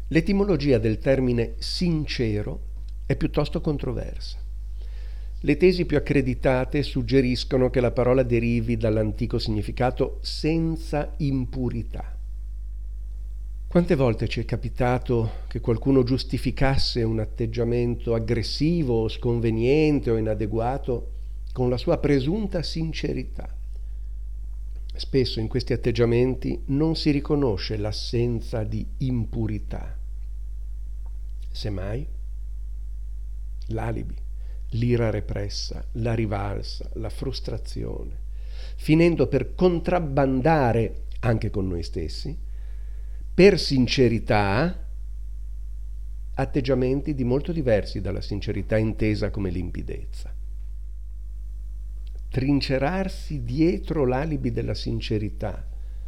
L'etimologia del termine sincero è piuttosto controversa. Le tesi più accreditate suggeriscono che la parola derivi dall'antico significato senza impurità. Quante volte ci è capitato che qualcuno giustificasse un atteggiamento aggressivo o sconveniente o inadeguato con la sua presunta sincerità? Spesso in questi atteggiamenti non si riconosce l'assenza di impurità. Semmai, l'alibi, l'ira repressa, la rivalsa, la frustrazione, finendo per contrabbandare anche con noi stessi, per sincerità, atteggiamenti di molto diversi dalla sincerità intesa come limpidezza. Trincerarsi dietro l'alibi della sincerità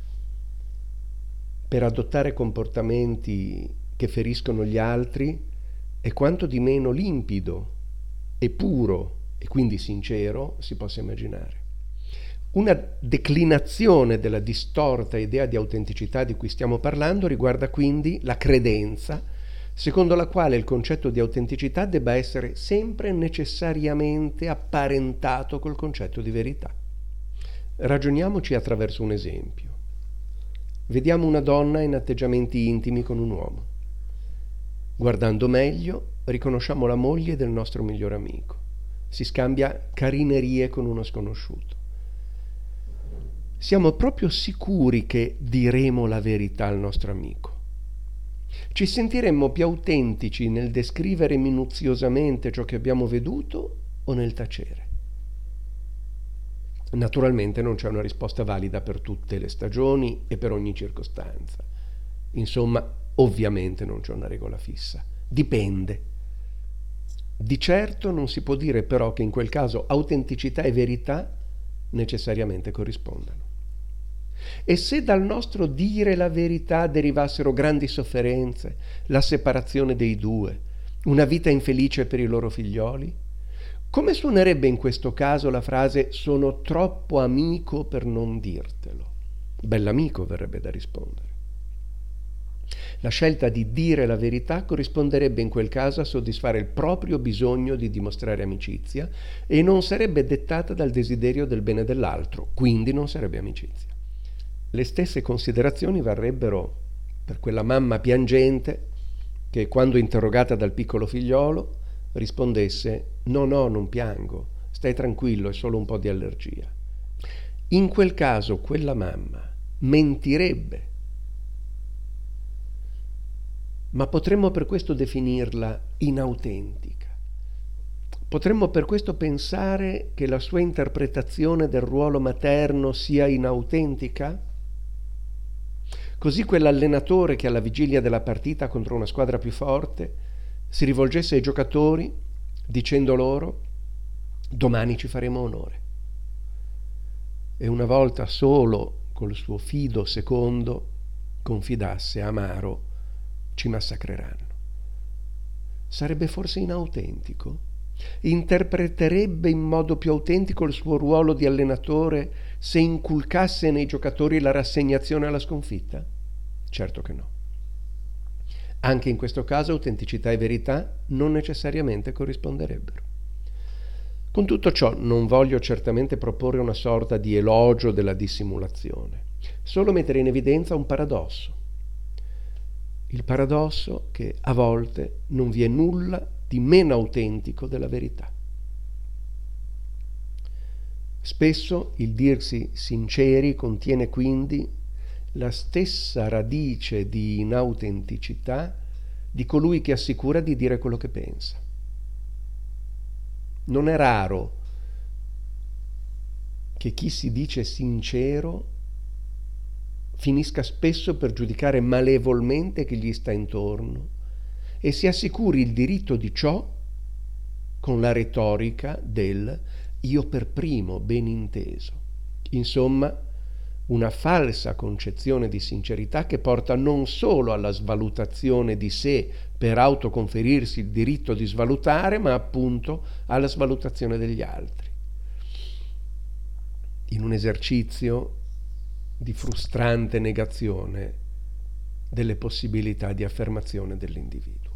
per adottare comportamenti che feriscono gli altri è quanto di meno limpido e puro e quindi sincero si possa immaginare. Una declinazione della distorta idea di autenticità di cui stiamo parlando riguarda quindi la credenza secondo la quale il concetto di autenticità debba essere sempre necessariamente apparentato col concetto di verità. Ragioniamoci attraverso un esempio. Vediamo una donna in atteggiamenti intimi con un uomo. Guardando meglio, riconosciamo la moglie del nostro migliore amico. Si scambia carinerie con uno sconosciuto. Siamo proprio sicuri che diremo la verità al nostro amico. Ci sentiremmo più autentici nel descrivere minuziosamente ciò che abbiamo veduto o nel tacere? Naturalmente non c'è una risposta valida per tutte le stagioni e per ogni circostanza. Insomma, ovviamente non c'è una regola fissa. Dipende. Di certo non si può dire però che in quel caso autenticità e verità necessariamente corrispondano. E se dal nostro dire la verità derivassero grandi sofferenze, la separazione dei due, una vita infelice per i loro figlioli, come suonerebbe in questo caso la frase «sono troppo amico per non dirtelo»? Bell'amico verrebbe da rispondere. La scelta di dire la verità corrisponderebbe in quel caso a soddisfare il proprio bisogno di dimostrare amicizia e non sarebbe dettata dal desiderio del bene dell'altro, quindi non sarebbe amicizia. Le stesse considerazioni varrebbero per quella mamma piangente che, quando interrogata dal piccolo figliolo, rispondesse «No, non piango, stai tranquillo, è solo un po' di allergia». In quel caso quella mamma mentirebbe, ma potremmo per questo definirla inautentica. Potremmo per questo pensare che la sua interpretazione del ruolo materno sia inautentica? Così quell'allenatore che alla vigilia della partita contro una squadra più forte si rivolgesse ai giocatori dicendo loro «Domani ci faremo onore». E una volta solo col suo fido secondo confidasse amaro «Ci massacreranno». Sarebbe forse inautentico? Interpreterebbe in modo più autentico il suo ruolo di allenatore se inculcasse nei giocatori la rassegnazione alla sconfitta? Certo che no. Anche in questo caso autenticità e verità non necessariamente corrisponderebbero. Con tutto ciò non voglio certamente proporre una sorta di elogio della dissimulazione, solo mettere in evidenza un paradosso. Il paradosso che a volte non vi è nulla di meno autentico della verità. Spesso il dirsi sinceri contiene quindi la stessa radice di inautenticità di colui che assicura di dire quello che pensa. Non è raro che chi si dice sincero finisca spesso per giudicare malevolmente chi gli sta intorno e si assicuri il diritto di ciò con la retorica del io per primo, ben inteso. Insomma, una falsa concezione di sincerità che porta non solo alla svalutazione di sé per autoconferirsi il diritto di svalutare, ma appunto alla svalutazione degli altri. In un esercizio di frustrante negazione delle possibilità di affermazione dell'individuo.